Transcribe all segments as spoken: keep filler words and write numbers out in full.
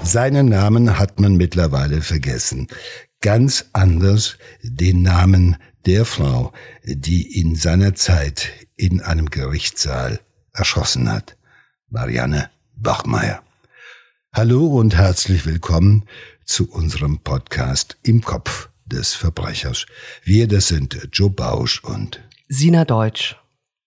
Seinen Namen hat man mittlerweile vergessen. Ganz anders den Namen der Frau, die ihn seinerzeit in einem Gerichtssaal erschossen hat. Marianne Bachmeier. Hallo und herzlich willkommen zu unserem Podcast Im Kopf des Verbrechers. Wir, das sind Joe Bausch und Sina Deutsch.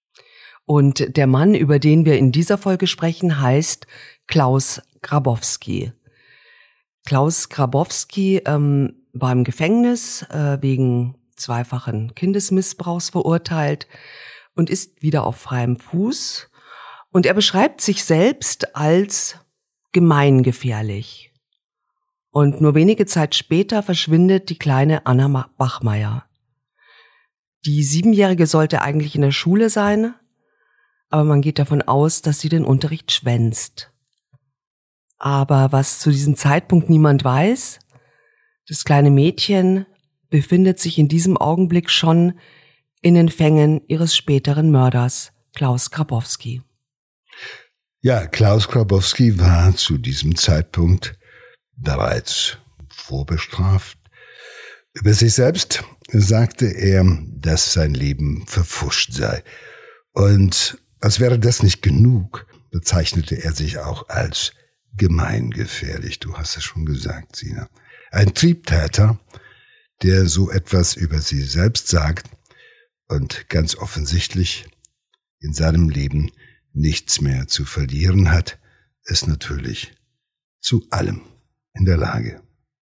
Und der Mann, über den wir in dieser Folge sprechen, heißt Klaus Grabowski. Klaus Grabowski ähm, war im Gefängnis äh, wegen zweifachen Kindesmissbrauchs verurteilt und ist wieder auf freiem Fuß. Und er beschreibt sich selbst als gemeingefährlich. Und nur wenige Zeit später verschwindet die kleine Anna Bachmeier. Die Siebenjährige sollte eigentlich in der Schule sein, aber man geht davon aus, dass sie den Unterricht schwänzt. Aber was zu diesem Zeitpunkt niemand weiß, das kleine Mädchen befindet sich in diesem Augenblick schon in den Fängen ihres späteren Mörders, Klaus Grabowski. Ja, Klaus Grabowski war zu diesem Zeitpunkt bereits vorbestraft. Über sich selbst sagte er, dass sein Leben verpfuscht sei. Und als wäre das nicht genug, bezeichnete er sich auch als gemeingefährlich. Du hast es schon gesagt, Sina. Ein Triebtäter, der so etwas über sie selbst sagt und ganz offensichtlich in seinem Leben nichts mehr zu verlieren hat, ist natürlich zu allem in der Lage.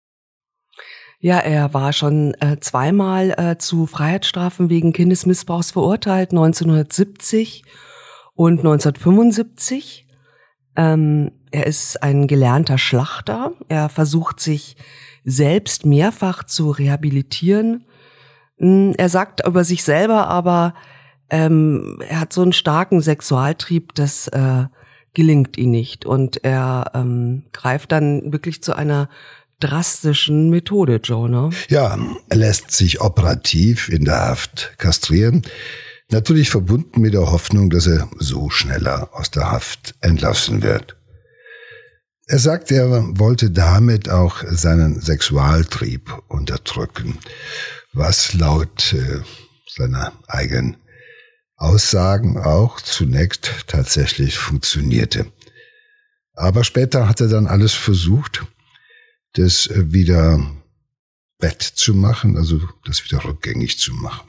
Ja, er war schon äh, zweimal äh, zu Freiheitsstrafen wegen Kindesmissbrauchs verurteilt, neunzehnhundertsiebzig und neunzehnhundertfünfundsiebzig. Ähm, er ist ein gelernter Schlachter. Er versucht sich selbst mehrfach zu rehabilitieren. Er sagt über sich selber aber, ähm, er hat so einen starken Sexualtrieb, das äh, gelingt ihm nicht. Und er ähm, greift dann wirklich zu einer drastischen Methode, Joe, ne? Ja, er lässt sich operativ in der Haft kastrieren. Natürlich verbunden mit der Hoffnung, dass er so schneller aus der Haft entlassen wird. Er sagt, er wollte damit auch seinen Sexualtrieb unterdrücken, was laut äh, seiner eigenen Aussagen auch zunächst tatsächlich funktionierte. Aber später hat er dann alles versucht, das wieder wettzumachen, also das wieder rückgängig zu machen.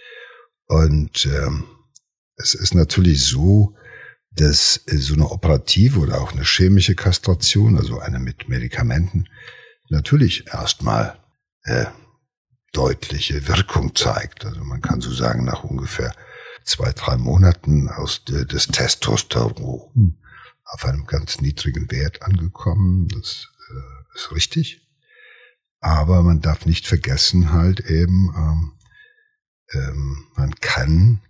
Und ähm, es ist natürlich so, dass so eine operative oder auch eine chemische Kastration, also eine mit Medikamenten, natürlich erstmal äh, deutliche Wirkung zeigt. Also man kann so sagen, nach ungefähr zwei, drei Monaten aus de, des Testosteron auf einem ganz niedrigen Wert angekommen. Das äh, ist richtig. Aber man darf nicht vergessen halt eben, ähm, ähm, man kann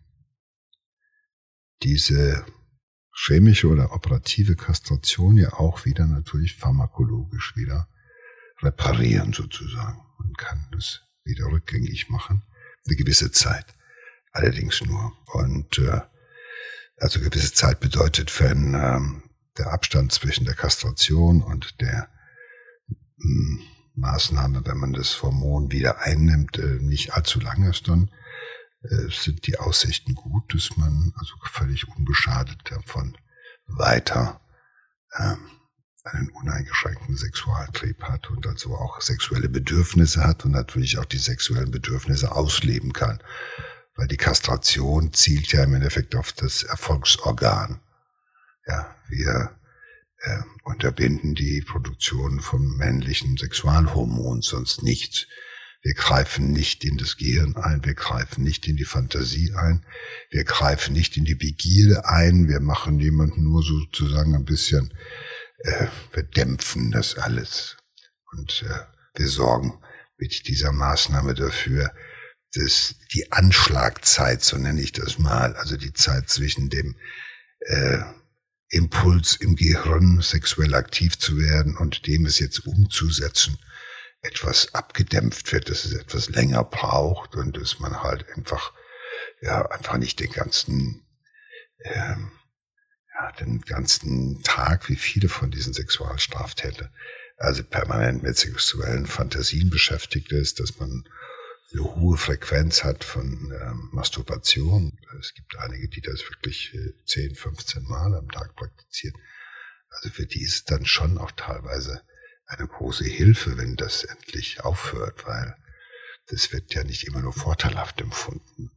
diese chemische oder operative Kastration ja auch wieder natürlich pharmakologisch wieder reparieren sozusagen. Man kann das wieder rückgängig machen, eine gewisse Zeit. Allerdings nur. Und äh, also gewisse Zeit bedeutet, wenn ähm, der Abstand zwischen der Kastration und der mh, Maßnahme, wenn man das Hormon wieder einnimmt, äh, nicht allzu lang ist, dann äh, sind die Aussichten gut, dass man also völlig unbeschadet davon weiter ähm, einen uneingeschränkten Sexualtrieb hat und also auch sexuelle Bedürfnisse hat und natürlich auch die sexuellen Bedürfnisse ausleben kann. Weil die Kastration zielt ja im Endeffekt auf das Erfolgsorgan. Ja, wir äh, unterbinden die Produktion vom männlichen Sexualhormon, sonst nichts. Wir greifen nicht in das Gehirn ein, wir greifen nicht in die Fantasie ein, wir greifen nicht in die Begierde ein, wir machen jemanden nur sozusagen ein bisschen, äh, wir dämpfen das alles. Und äh, wir sorgen mit dieser Maßnahme dafür, dass die Anschlagzeit, so nenne ich das mal, also die Zeit zwischen dem äh, Impuls im Gehirn, sexuell aktiv zu werden und dem es jetzt umzusetzen, etwas abgedämpft wird, dass es etwas länger braucht und dass man halt einfach, ja, einfach nicht den ganzen, ähm, ja, den ganzen Tag, wie viele von diesen Sexualstraftätern, also permanent mit sexuellen Fantasien beschäftigt ist, dass man eine hohe Frequenz hat von ähm, Masturbation. Es gibt einige, die das wirklich äh, zehn, fünfzehn Mal am Tag praktizieren. Also für die ist dann schon auch teilweise eine große Hilfe, wenn das endlich aufhört, weil das wird ja nicht immer nur vorteilhaft empfunden.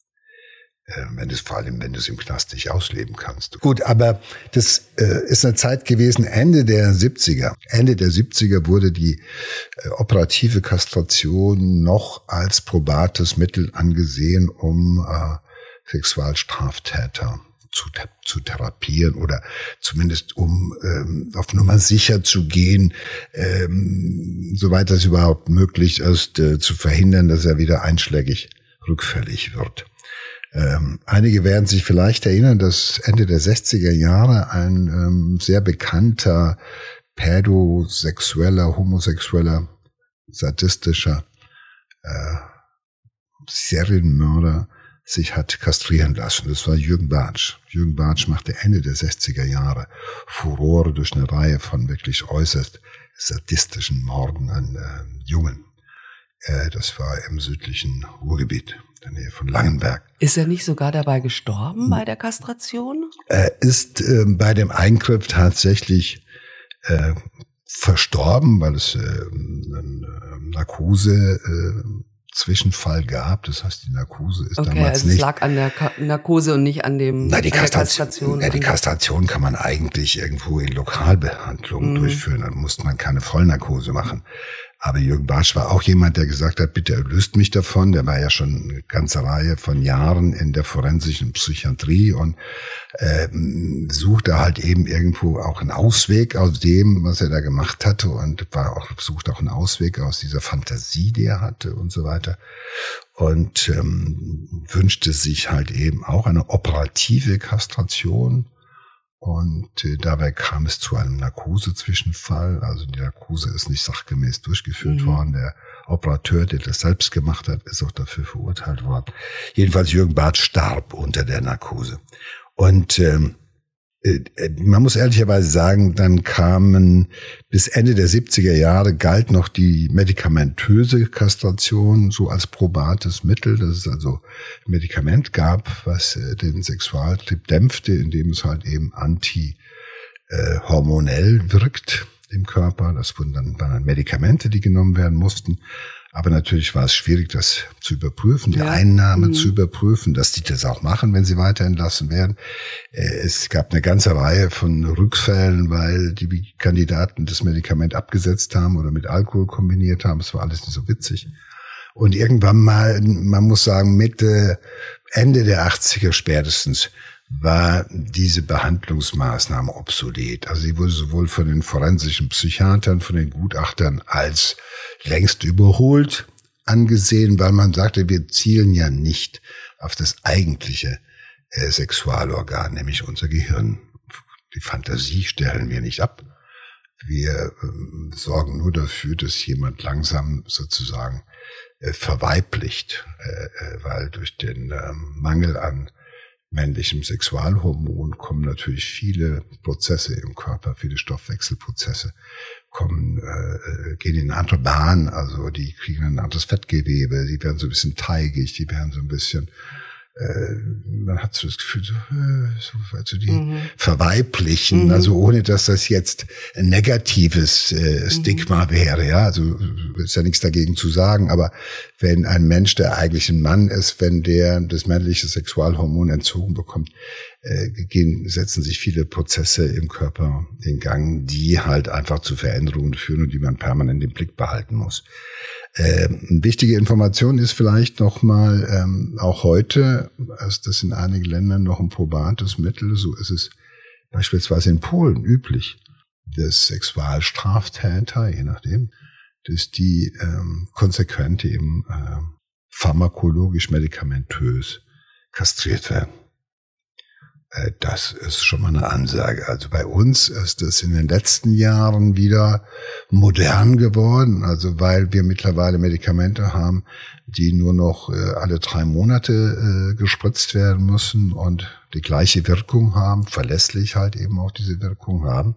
Wenn du es vor allem, wenn du es im Knast nicht ausleben kannst. Gut, aber das äh, ist eine Zeit gewesen, Ende der siebziger. Ende der siebziger wurde die äh, operative Kastration noch als probates Mittel angesehen, um äh, Sexualstraftäter zu, zu therapieren oder zumindest um ähm, auf Nummer sicher zu gehen, ähm, soweit das überhaupt möglich ist, äh, zu verhindern, dass er wieder einschlägig rückfällig wird. Ähm, einige werden sich vielleicht erinnern, dass Ende der sechziger Jahre ein ähm, sehr bekannter pädosexueller, homosexueller, sadistischer äh, Serienmörder sich hat kastrieren lassen. Das war Jürgen Bartsch. Jürgen Bartsch machte Ende der sechziger Jahre Furore durch eine Reihe von wirklich äußerst sadistischen Morden an äh, Jungen. Äh, das war im südlichen Ruhrgebiet, in der Nähe von Langenberg. Ist er nicht sogar dabei gestorben bei der Kastration? Er ist äh, bei dem Eingriff tatsächlich äh, verstorben, weil es äh, einen äh, Narkose-Zwischenfall äh, gab. Das heißt, die Narkose ist okay, damals also nicht... es lag an der Ka- Narkose und nicht an dem Na, die an der Kastration, Kastration. ja, die Kastration kann man eigentlich irgendwo in Lokalbehandlung mhm. durchführen. Dann muss man keine Vollnarkose machen. Aber Jürgen Bartsch war auch jemand, der gesagt hat, bitte erlöst mich davon. Der war ja schon eine ganze Reihe von Jahren in der forensischen Psychiatrie und äh, suchte halt eben irgendwo auch einen Ausweg aus dem, was er da gemacht hatte und war auch suchte auch einen Ausweg aus dieser Fantasie, die er hatte und so weiter. Und ähm, wünschte sich halt eben auch eine operative Kastration. Und äh, dabei kam es zu einem Narkosezwischenfall. Also die Narkose ist nicht sachgemäß durchgeführt mhm. worden. Der Operateur, der das selbst gemacht hat, ist auch dafür verurteilt worden. Jedenfalls Jürgen Bartsch starb unter der Narkose. Und ähm, äh, man muss ehrlicherweise sagen, dann kamen bis Ende der siebziger Jahre galt noch die medikamentöse Kastration so als probates Mittel, dass es also ein Medikament gab, was äh, den Sexualtrieb dämpfte, indem es halt eben antihormonell äh, wirkt im Körper. Das wurden dann, waren dann Medikamente, die genommen werden mussten. Aber natürlich war es schwierig, das zu überprüfen, die ja. Einnahme mhm. zu überprüfen, dass die das auch machen, wenn sie weiter entlassen werden. Es gab eine ganze Reihe von Rückfällen, weil die Kandidaten das Medikament abgesetzt haben oder mit Alkohol kombiniert haben. Es war alles nicht so witzig. Und irgendwann mal, man muss sagen, Mitte, Ende der achtziger spätestens, war diese Behandlungsmaßnahme obsolet. Also sie wurde sowohl von den forensischen Psychiatern, von den Gutachtern als längst überholt angesehen, weil man sagte, wir zielen ja nicht auf das eigentliche äh, Sexualorgan, nämlich unser Gehirn. Die Fantasie stellen wir nicht ab. Wir ähm, sorgen nur dafür, dass jemand langsam sozusagen äh, verweiblicht, äh, äh, weil durch den äh, Mangel an männlichem Sexualhormon kommen natürlich viele Prozesse im Körper, viele Stoffwechselprozesse kommen, äh, gehen in eine andere Bahn, also die kriegen ein anderes Fettgewebe, die werden so ein bisschen teigig, die werden so ein bisschen, äh, man hat so das Gefühl, so, äh, so also die mhm. verweiblichen, mhm. also ohne dass das jetzt ein negatives äh, Stigma mhm. wäre, ja, also ist ja nichts dagegen zu sagen, aber wenn ein Mensch, der eigentlich ein Mann ist, wenn der das männliche Sexualhormon entzogen bekommt, äh, gehen, setzen sich viele Prozesse im Körper in Gang, die halt einfach zu Veränderungen führen und die man permanent im Blick behalten muss. Ähm, eine wichtige Information ist vielleicht nochmal, ähm, auch heute, also das in einigen Ländern noch ein probates Mittel, so ist es beispielsweise in Polen üblich, dass Sexualstraftäter, je nachdem, dass die ähm, konsequent eben äh, pharmakologisch medikamentös kastriert werden. Äh, das ist schon mal eine Ansage. Also bei uns ist das in den letzten Jahren wieder modern geworden, also weil wir mittlerweile Medikamente haben, die nur noch äh, alle drei Monate äh, gespritzt werden müssen und die gleiche Wirkung haben, verlässlich halt eben auch diese Wirkung haben.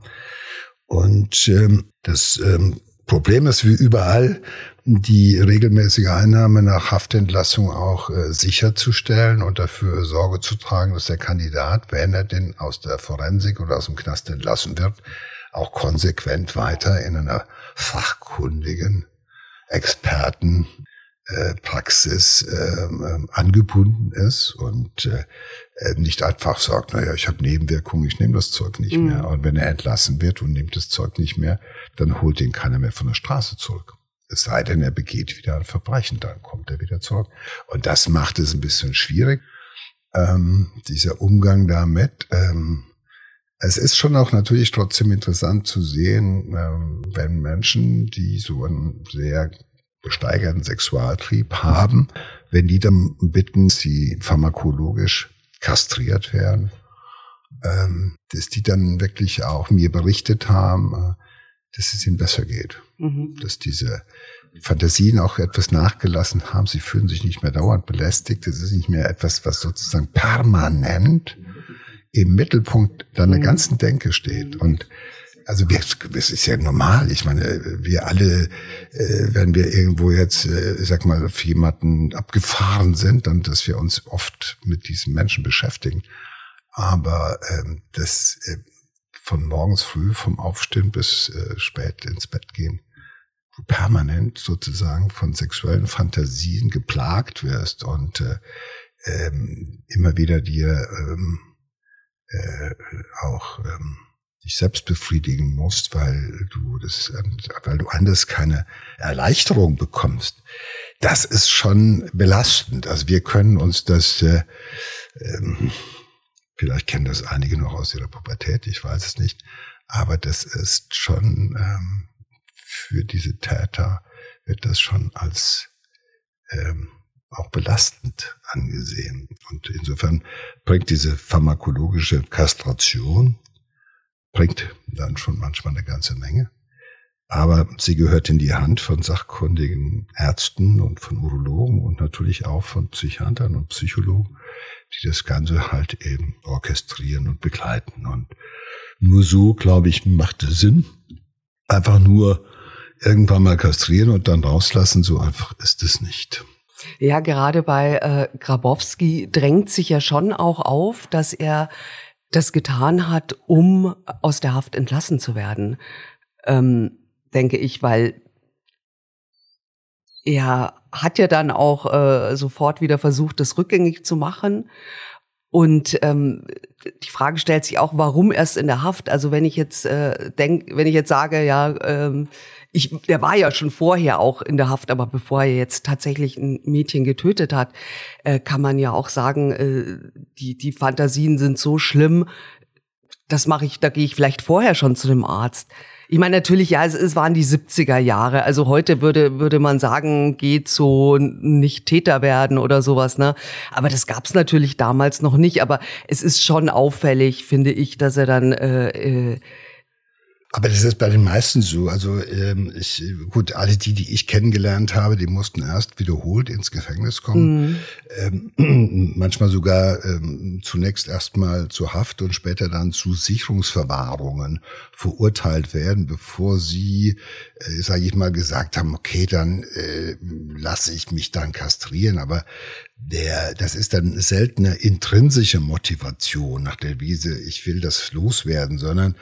Und ähm, das ähm, Problem ist wie überall, die regelmäßige Einnahme nach Haftentlassung auch äh, sicherzustellen und dafür Sorge zu tragen, dass der Kandidat, wenn er denn aus der Forensik oder aus dem Knast entlassen wird, auch konsequent weiter in einer fachkundigen Experten äh, Praxis äh, äh, angebunden ist und äh, nicht einfach sagt, naja, ich habe Nebenwirkungen, ich nehme das Zeug nicht mhm. mehr. Und wenn er entlassen wird und nimmt das Zeug nicht mehr, dann holt ihn keiner mehr von der Straße zurück. Es sei denn, er begeht wieder ein Verbrechen, dann kommt er wieder zurück. Und das macht es ein bisschen schwierig, ähm, dieser Umgang damit. Ähm, es ist schon auch natürlich trotzdem interessant zu sehen, ähm, wenn Menschen, die so einen sehr gesteigerten Sexualtrieb haben, wenn die dann bitten, sie pharmakologisch kastriert werden, ähm, dass die dann wirklich auch mir berichtet haben, äh, dass es ihnen besser geht. Mhm. Dass diese Fantasien auch etwas nachgelassen haben. Sie fühlen sich nicht mehr dauernd belästigt. Das ist nicht mehr etwas, was sozusagen permanent im Mittelpunkt deiner mhm. ganzen Denke steht. Und also wir, das ist ja normal. Ich meine, wir alle, äh, wenn wir irgendwo jetzt, äh, ich sag mal, für jemanden abgefahren sind, dann, dass wir uns oft mit diesen Menschen beschäftigen. Aber ähm, das äh, von morgens früh, vom Aufstehen bis äh, spät ins Bett gehen, du permanent sozusagen von sexuellen Fantasien geplagt wirst und äh, ähm, immer wieder dir ähm, äh, auch ähm, dich selbst befriedigen musst, weil du das, weil du anders keine Erleichterung bekommst. Das ist schon belastend. Also wir können uns das, äh, ähm, vielleicht kennen das einige noch aus ihrer Pubertät, ich weiß es nicht, aber das ist schon ähm, für diese Täter wird das schon als ähm, auch belastend angesehen. Und insofern bringt diese pharmakologische Kastration bringt dann schon manchmal eine ganze Menge. Aber sie gehört in die Hand von sachkundigen Ärzten und von Urologen und natürlich auch von Psychiatern und Psychologen, die das Ganze halt eben orchestrieren und begleiten. Und nur so, glaube ich, macht es Sinn. Einfach nur irgendwann mal kastrieren und dann rauslassen, so einfach ist es nicht. Ja, gerade bei äh, Grabowski drängt sich ja schon auch auf, dass er das getan hat, um aus der Haft entlassen zu werden, ähm, denke ich, weil er hat ja dann auch äh, sofort wieder versucht, das rückgängig zu machen. Und ähm, die Frage stellt sich auch, warum erst in der Haft? Also wenn ich jetzt äh, denk, wenn ich jetzt sage, ja, ähm, ich, der war ja schon vorher auch in der Haft, aber bevor er jetzt tatsächlich ein Mädchen getötet hat, äh, kann man ja auch sagen, äh, die die Fantasien sind so schlimm, das mache ich, da gehe ich vielleicht vorher schon zu dem Arzt. Ich meine natürlich, ja, es, es waren die siebziger Jahre. Also heute würde würde man sagen, geht so nicht Täter werden oder sowas, ne? Aber das gab's natürlich damals noch nicht. Aber es ist schon auffällig, finde ich, dass er dann äh, äh, Aber das ist bei den meisten so. Also ähm, ich, gut, alle die, die ich kennengelernt habe, die mussten erst wiederholt ins Gefängnis kommen. Mhm. Ähm, manchmal sogar ähm, zunächst erstmal zur Haft und später dann zu Sicherungsverwahrungen verurteilt werden, bevor sie, äh, sage ich mal, gesagt haben, okay, dann äh, lasse ich mich dann kastrieren. Aber der, das ist dann selten eine intrinsische Motivation nach der Devise, ich will das loswerden, sondern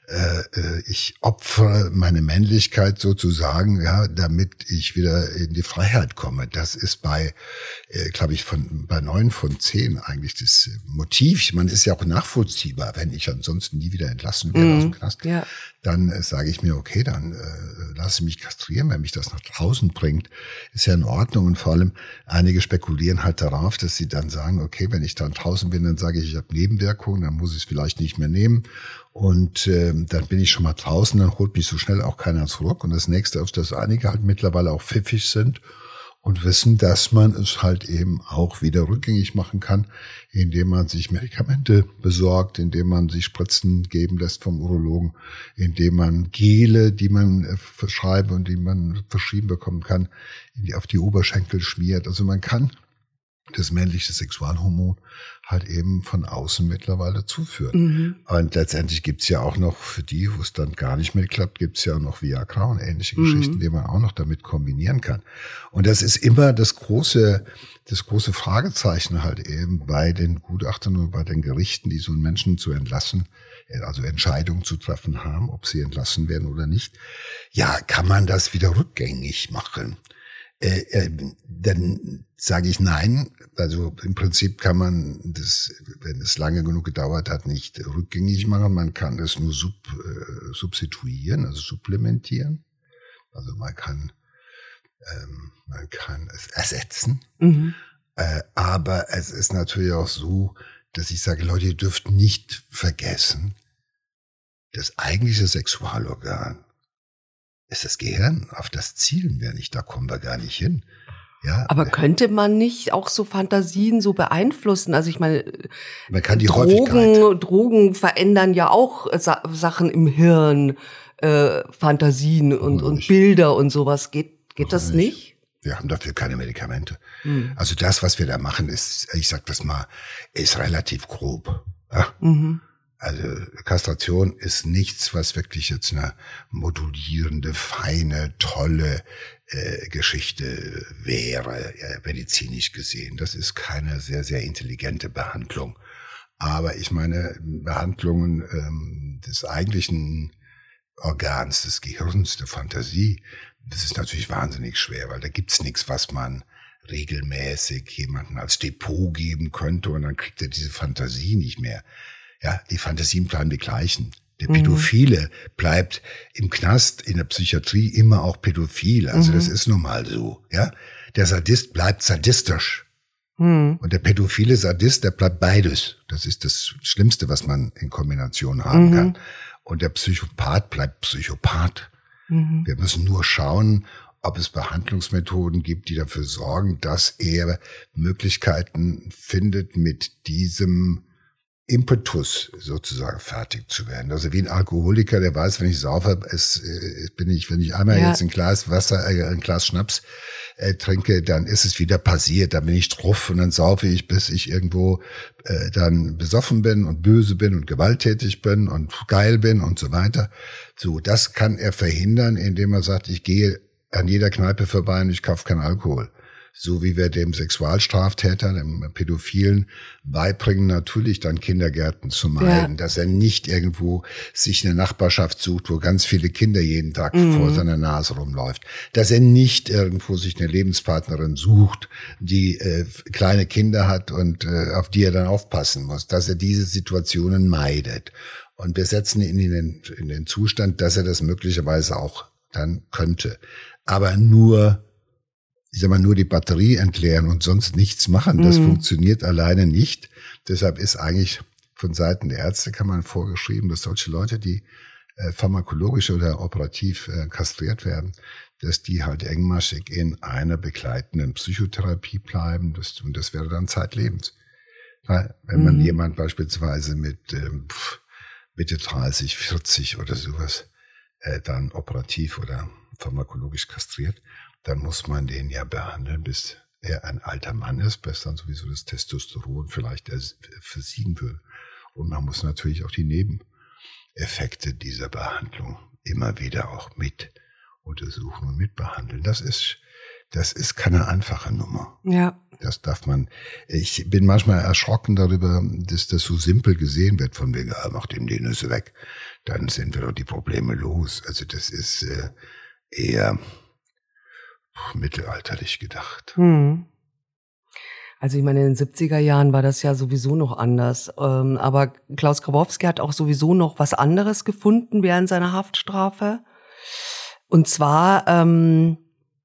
äh, ich opfere meine Männlichkeit sozusagen, ja, damit ich wieder in die Freiheit komme. Das ist bei, äh, glaube ich, von bei neun von zehn eigentlich das Motiv. Ich meine, es ist ja auch nachvollziehbar, wenn ich ansonsten nie wieder entlassen werde mm, aus dem Knast. Ja. Dann äh, sage ich mir, okay, dann äh, lasse ich mich kastrieren, wenn mich das nach draußen bringt, ist ja in Ordnung. Und vor allem einige spekulieren halt darauf, dass sie dann sagen, okay, wenn ich dann draußen bin, dann sage ich, ich habe Nebenwirkungen, dann muss ich es vielleicht nicht mehr nehmen. Und äh, dann bin ich schon mal draußen, dann holt mich so schnell auch keiner zurück. Und das Nächste ist, dass einige halt mittlerweile auch pfiffig sind und wissen, dass man es halt eben auch wieder rückgängig machen kann, indem man sich Medikamente besorgt, indem man sich Spritzen geben lässt vom Urologen, indem man Gele, die man äh, verschreiben und die man verschrieben bekommen kann, auf die Oberschenkel schmiert. Also man kann das männliche Sexualhormon halt eben von außen mittlerweile zuführt. Mhm. Und letztendlich gibt's ja auch noch für die, wo es dann gar nicht mehr klappt, gibt's ja auch noch Viagra und ähnliche Mhm. Geschichten, die man auch noch damit kombinieren kann. Und das ist immer das große, das große Fragezeichen halt eben bei den Gutachtern und bei den Gerichten, die so einen Menschen zu entlassen, also Entscheidungen zu treffen haben, ob sie entlassen werden oder nicht. Ja, kann man das wieder rückgängig machen? Äh, äh, dann sage ich nein. Also im Prinzip kann man das, wenn es lange genug gedauert hat, nicht rückgängig machen. Man kann es nur sub, äh, substituieren, also supplementieren. Also man kann, ähm, man kann es ersetzen. Mhm. Äh, aber es ist natürlich auch so, dass ich sage, Leute, ihr dürft nicht vergessen, das eigentliche Sexualorgan ist das Gehirn. Auf das zielen wir nicht, da kommen wir gar nicht hin. Ja, Aber könnte man nicht auch so Fantasien so beeinflussen? Also ich meine, man kann die Häufigkeit. Drogen, Drogen verändern ja auch Sa- Sachen im Hirn, äh, Fantasien und, wir und nicht. Bilder und sowas. Geht, geht Machen das wir nicht. nicht? Wir haben dafür keine Medikamente. Hm. Also das, was wir da machen, ist, ich sag das mal, ist relativ grob. Ja? Mhm. Also Kastration ist nichts, was wirklich jetzt eine modulierende, feine, tolle äh, Geschichte wäre, ja, medizinisch gesehen. Das ist keine sehr, sehr intelligente Behandlung. Aber ich meine, Behandlungen ähm, des eigentlichen Organs, des Gehirns, der Fantasie, das ist natürlich wahnsinnig schwer, weil da gibt's nichts, was man regelmäßig jemanden als Depot geben könnte und dann kriegt er diese Fantasie nicht mehr. Ja, die Fantasien bleiben die gleichen. Der Pädophile mhm. bleibt im Knast, in der Psychiatrie immer auch pädophil. Also mhm. das ist nun mal so. Ja, der Sadist bleibt sadistisch. Mhm. Und der pädophile Sadist, der bleibt beides. Das ist das Schlimmste, was man in Kombination haben mhm. kann. Und der Psychopath bleibt Psychopath. Mhm. Wir müssen nur schauen, ob es Behandlungsmethoden gibt, die dafür sorgen, dass er Möglichkeiten findet, mit diesem Impetus sozusagen fertig zu werden. Also wie ein Alkoholiker, der weiß, wenn ich saufe, es, äh, bin ich, wenn ich einmal ja. jetzt ein Glas Wasser, äh, ein Glas Schnaps äh, trinke, dann ist es wieder passiert. Dann bin ich drauf und dann saufe ich, bis ich irgendwo äh, dann besoffen bin und böse bin und gewalttätig bin und geil bin und so weiter. So, das kann er verhindern, indem er sagt, ich gehe an jeder Kneipe vorbei und ich kaufe keinen Alkohol. So wie wir dem Sexualstraftäter, dem Pädophilen beibringen, natürlich dann Kindergärten zu meiden, ja. dass er nicht irgendwo sich eine Nachbarschaft sucht, wo ganz viele Kinder jeden Tag mhm. vor seiner Nase rumläuft, dass er nicht irgendwo sich eine Lebenspartnerin sucht, die äh, kleine Kinder hat und äh, auf die er dann aufpassen muss, dass er diese Situationen meidet. Und wir setzen ihn in den, in den Zustand, dass er das möglicherweise auch dann könnte. Aber nur ich sag mal, nur die Batterie entleeren und sonst nichts machen, das mhm. funktioniert alleine nicht. Deshalb ist eigentlich von Seiten der Ärzte kann man vorgeschrieben, dass solche Leute, die äh, pharmakologisch oder operativ äh, kastriert werden, dass die halt engmaschig in einer begleitenden Psychotherapie bleiben. Das, und das wäre dann zeitlebens. Weil, wenn mhm. man jemand beispielsweise mit ähm, Mitte dreißig, vierzig oder sowas äh, dann operativ oder pharmakologisch kastriert, dann muss man den ja behandeln, bis er ein alter Mann ist, bis dann sowieso das Testosteron vielleicht versiegen will. Und man muss natürlich auch die Nebeneffekte dieser Behandlung immer wieder auch mit untersuchen und mitbehandeln. Das ist, das ist keine einfache Nummer. Ja. Das darf man, ich bin manchmal erschrocken darüber, dass das so simpel gesehen wird, von wegen, ah, mach dem die Nüsse weg, dann sind wir doch die Probleme los. Also das ist äh, eher mittelalterlich gedacht. Hm. Also ich meine, in den siebziger Jahren war das ja sowieso noch anders. Ähm, aber Klaus Grabowski hat auch sowieso noch was anderes gefunden während seiner Haftstrafe. Und zwar ähm,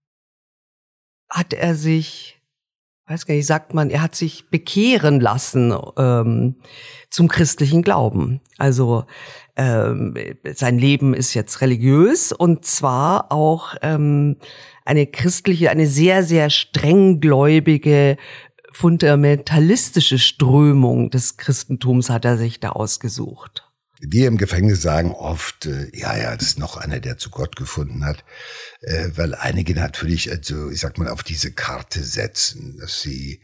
hat er sich, weiß gar nicht, sagt man, er hat sich bekehren lassen ähm, zum christlichen Glauben. Also ähm, sein Leben ist jetzt religiös und zwar auch ähm, eine christliche, eine sehr, sehr strenggläubige, fundamentalistische Strömung des Christentums hat er sich da ausgesucht. Wir im Gefängnis sagen oft, äh, ja, ja, das ist noch einer, der zu Gott gefunden hat, äh, weil einige natürlich, also ich sag mal, auf diese Karte setzen, dass sie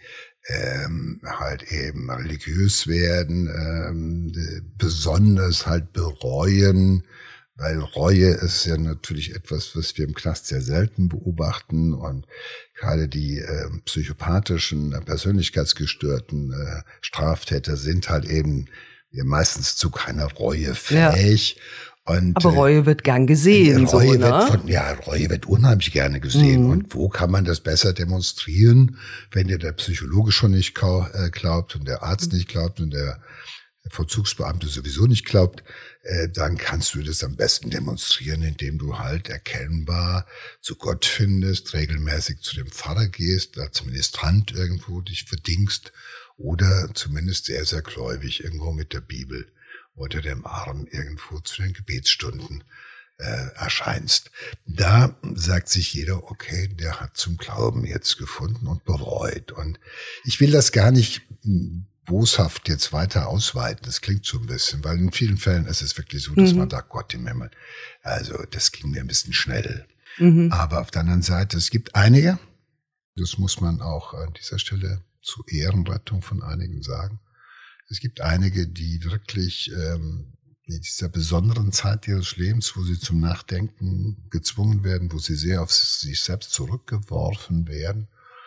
ähm, halt eben religiös werden, ähm, besonders halt bereuen, weil Reue ist ja natürlich etwas, was wir im Knast sehr selten beobachten und gerade die äh, psychopathischen, äh, persönlichkeitsgestörten äh, Straftäter sind halt eben ja, meistens zu keiner Reue fähig. Ja. Und, aber Reue wird gern gesehen. Reue so, ne? wird von, ja, Reue wird unheimlich gerne gesehen. Mhm. Und wo kann man das besser demonstrieren, wenn dir der Psychologe schon nicht glaubt und der Arzt nicht glaubt und der Vollzugsbeamte sowieso nicht glaubt, äh, dann kannst du das am besten demonstrieren, indem du halt erkennbar zu Gott findest, regelmäßig zu dem Pfarrer gehst, als Ministrant irgendwo dich verdingst oder zumindest sehr, sehr gläubig irgendwo mit der Bibel unter dem Arm irgendwo zu den Gebetsstunden äh, erscheinst. Da sagt sich jeder, okay, der hat zum Glauben jetzt gefunden und bereut. Und ich will das gar nicht boshaft jetzt weiter ausweiten. Das klingt so ein bisschen, weil in vielen Fällen ist es wirklich so, dass mhm. man sagt, Gott im Himmel. Also das ging mir ein bisschen schnell. Mhm. Aber auf der anderen Seite, es gibt einige, das muss man auch an dieser Stelle zur Ehrenrettung von einigen sagen, es gibt einige, die wirklich ähm, in dieser besonderen Zeit ihres Lebens, wo sie zum Nachdenken gezwungen werden, wo sie sehr auf sich selbst zurückgeworfen werden,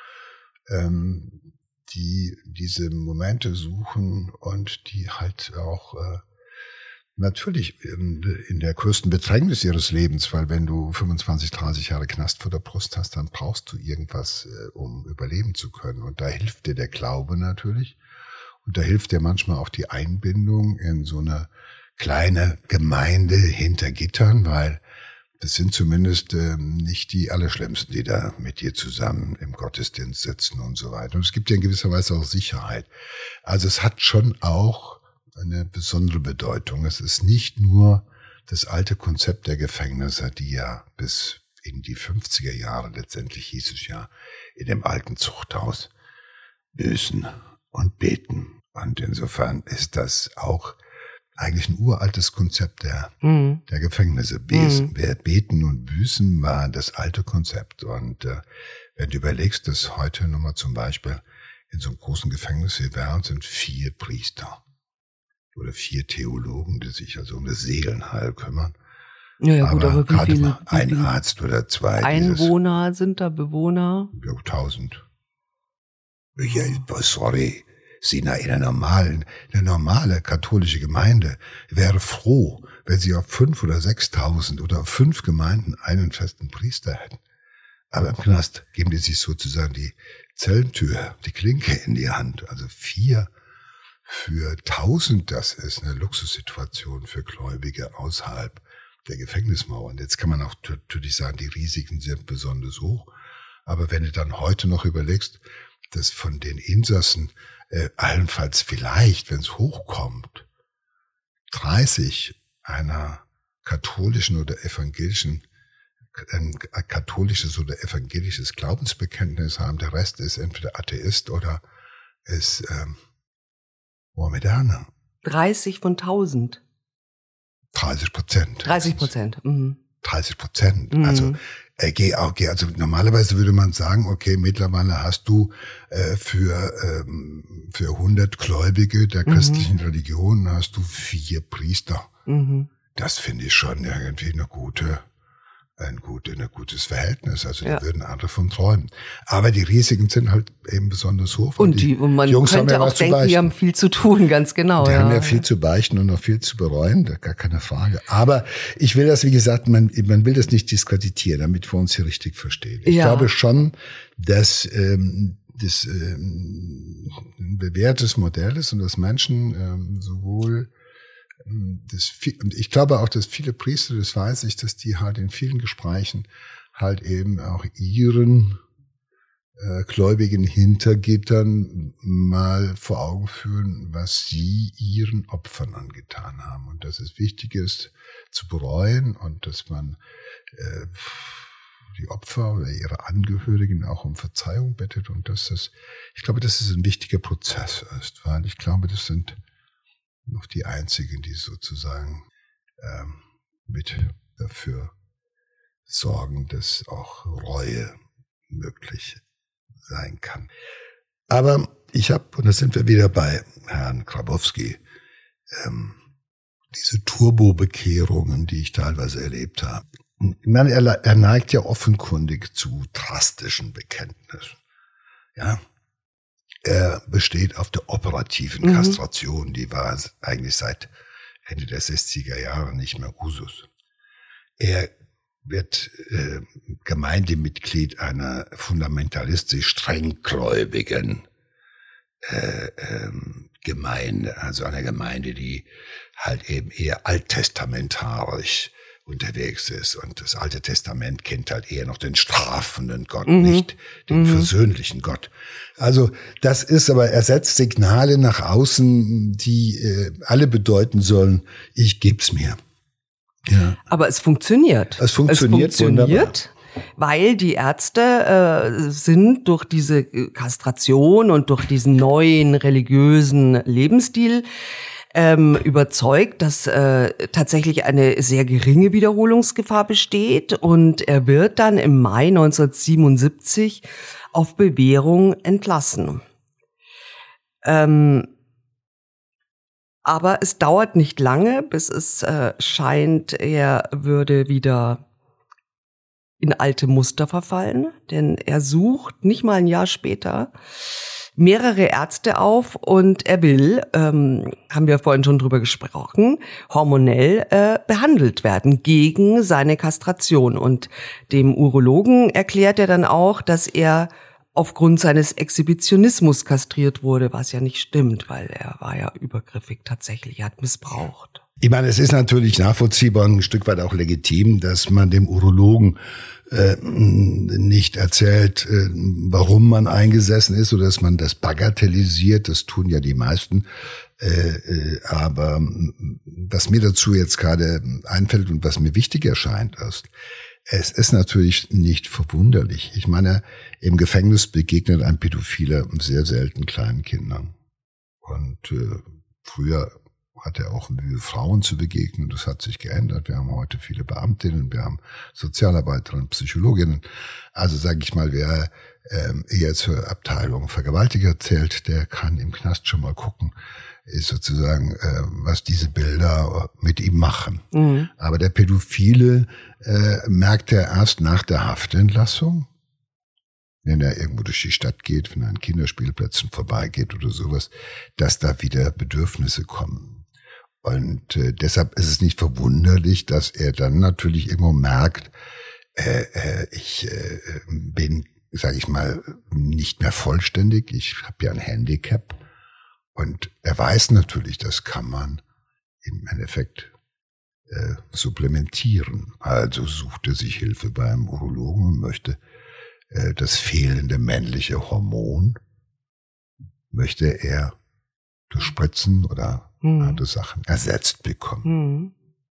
ähm, die diese Momente suchen und die halt auch äh, natürlich in, in der größten Bedrängnis ihres Lebens, weil wenn du fünfundzwanzig, dreißig Jahre Knast vor der Brust hast, dann brauchst du irgendwas, äh, um überleben zu können. Und da hilft dir der Glaube natürlich. Und da hilft dir manchmal auch die Einbindung in so eine kleine Gemeinde hinter Gittern, weil das sind zumindest ähm, nicht die Allerschlimmsten, die da mit dir zusammen im Gottesdienst sitzen und so weiter. Und es gibt ja in gewisser Weise auch Sicherheit. Also es hat schon auch eine besondere Bedeutung. Es ist nicht nur das alte Konzept der Gefängnisse, die ja bis in die fünfziger Jahre, letztendlich hieß es ja, in dem alten Zuchthaus büßen und beten. Und insofern ist das auch eigentlich ein uraltes Konzept der, mhm. der Gefängnisse. Besen, mhm. Beten und Büßen war das alte Konzept. Und äh, wenn du überlegst, dass heute nun mal zum Beispiel in so einem großen Gefängnis wie Bern sind vier Priester oder vier Theologen, die sich also um das Seelenheil kümmern. Ja, ja gut, aber, aber wie viele, mal ein wie Arzt oder zwei. Einwohner dieses, sind da, Bewohner? Ja, tausend. Ja, sorry. Sie in einer normalen, eine normale katholische Gemeinde wäre froh, wenn sie auf fünf oder sechstausend oder auf fünf Gemeinden einen festen Priester hätten. Aber im Knast geben die sich sozusagen die Zellentür, die Klinke in die Hand. Also vier für tausend, das ist eine Luxussituation für Gläubige außerhalb der Gefängnismauern. Jetzt kann man auch natürlich sagen, die Risiken sind besonders hoch. Aber wenn du dann heute noch überlegst, dass von den Insassen Äh, allenfalls vielleicht, wenn es hochkommt, dreißig einer katholischen oder evangelischen, ein katholisches oder evangelisches Glaubensbekenntnis haben, der Rest ist entweder Atheist oder ist ähm, Mohammedaner. dreißig von tausend? dreißig Prozent. dreißig Prozent, mhm. dreißig Prozent. Mhm. Also äh, geh auch, geh, also normalerweise würde man sagen, okay, mittlerweile hast du äh, für ähm, für hundert Gläubige der christlichen mhm. Religion hast du vier Priester. Mhm. Das finde ich schon irgendwie eine gute ein gut, ein gutes Verhältnis. Also ja. Da würden andere von träumen. Aber die Risiken sind halt eben besonders hoch. Und, die, und man Jungs könnte auch denken, die haben viel zu tun, ganz genau. Die ja. haben ja viel zu beichten und noch viel zu bereuen, gar keine Frage. Aber ich will das, wie gesagt, man, man will das nicht diskreditieren, damit wir uns hier richtig verstehen. Ich ja. glaube schon, dass ähm, das ähm, ein bewährtes Modell ist und dass Menschen ähm, sowohl Das, und ich glaube auch, dass viele Priester, das weiß ich, dass die halt in vielen Gesprächen halt eben auch ihren äh, Gläubigen hinter Gittern mal vor Augen führen, was sie ihren Opfern angetan haben. Und dass es wichtig ist, zu bereuen und dass man äh, die Opfer oder ihre Angehörigen auch um Verzeihung bittet und dass das, ich glaube, dass es ein wichtiger Prozess ist, weil ich glaube, das sind noch die einzigen, die sozusagen ähm, mit dafür sorgen, dass auch Reue möglich sein kann. Aber ich habe, und da sind wir wieder bei Herrn Grabowski, ähm, diese Turbo-Bekehrungen, die ich teilweise erlebt habe. Ich meine, er, er neigt ja offenkundig zu drastischen Bekenntnissen. Ja, er besteht auf der operativen mhm. Kastration, die war eigentlich seit Ende der sechziger Jahre nicht mehr Usus. Er wird äh, Gemeindemitglied einer fundamentalistisch strenggläubigen äh, ähm, Gemeinde, also einer Gemeinde, die halt eben eher alttestamentarisch unterwegs ist. Und das Alte Testament kennt halt eher noch den strafenden Gott, mhm. nicht den mhm. versöhnlichen Gott. Also das ist aber, er setzt Signale nach außen, die äh, alle bedeuten sollen, ich geb's mir. Ja. Aber es funktioniert. Es funktioniert, es funktioniert weil die Ärzte äh, sind durch diese Kastration und durch diesen neuen religiösen Lebensstil ähm, überzeugt, dass äh, tatsächlich eine sehr geringe Wiederholungsgefahr besteht. Und er wird dann im Mai neunzehnhundertsiebenundsiebzig auf Bewährung entlassen. Ähm, aber es dauert nicht lange, bis es äh, scheint, er würde wieder in alte Muster verfallen, denn er sucht nicht mal ein Jahr später mehrere Ärzte auf und er will, ähm, haben wir vorhin schon drüber gesprochen, hormonell äh, behandelt werden gegen seine Kastration. Und dem Urologen erklärt er dann auch, dass er aufgrund seines Exhibitionismus kastriert wurde, was ja nicht stimmt, weil er war ja übergriffig tatsächlich, er hat missbraucht. Ich meine, es ist natürlich nachvollziehbar und ein Stück weit auch legitim, dass man dem Urologen äh, nicht erzählt, äh, warum man eingesessen ist oder dass man das bagatellisiert. Das tun ja die meisten. Äh, äh, aber was mir dazu jetzt gerade einfällt und was mir wichtig erscheint, ist, es ist natürlich nicht verwunderlich. Ich meine, im Gefängnis begegnet ein Pädophiler sehr selten kleinen Kindern. Und äh, früher hat er auch Mühe, Frauen zu begegnen. Das hat sich geändert. Wir haben heute viele Beamtinnen, wir haben Sozialarbeiterinnen, Psychologinnen. Also sage ich mal, wer ähm, eher zur Abteilung Vergewaltiger zählt, der kann im Knast schon mal gucken, ist sozusagen, äh, was diese Bilder mit ihm machen. Mhm. Aber der Pädophile äh, merkt er erst nach der Haftentlassung, wenn er irgendwo durch die Stadt geht, wenn er an Kinderspielplätzen vorbeigeht oder sowas, dass da wieder Bedürfnisse kommen. Und äh, deshalb ist es nicht verwunderlich, dass er dann natürlich irgendwo merkt, äh, äh, ich äh, bin, sage ich mal, nicht mehr vollständig. Ich habe ja ein Handicap. Und er weiß natürlich, das kann man im Endeffekt äh, supplementieren. Also sucht er sich Hilfe beim Urologen und möchte äh, das fehlende männliche Hormon, möchte er durch Spritzen oder hm. andere Sachen ersetzt bekommen. Hm.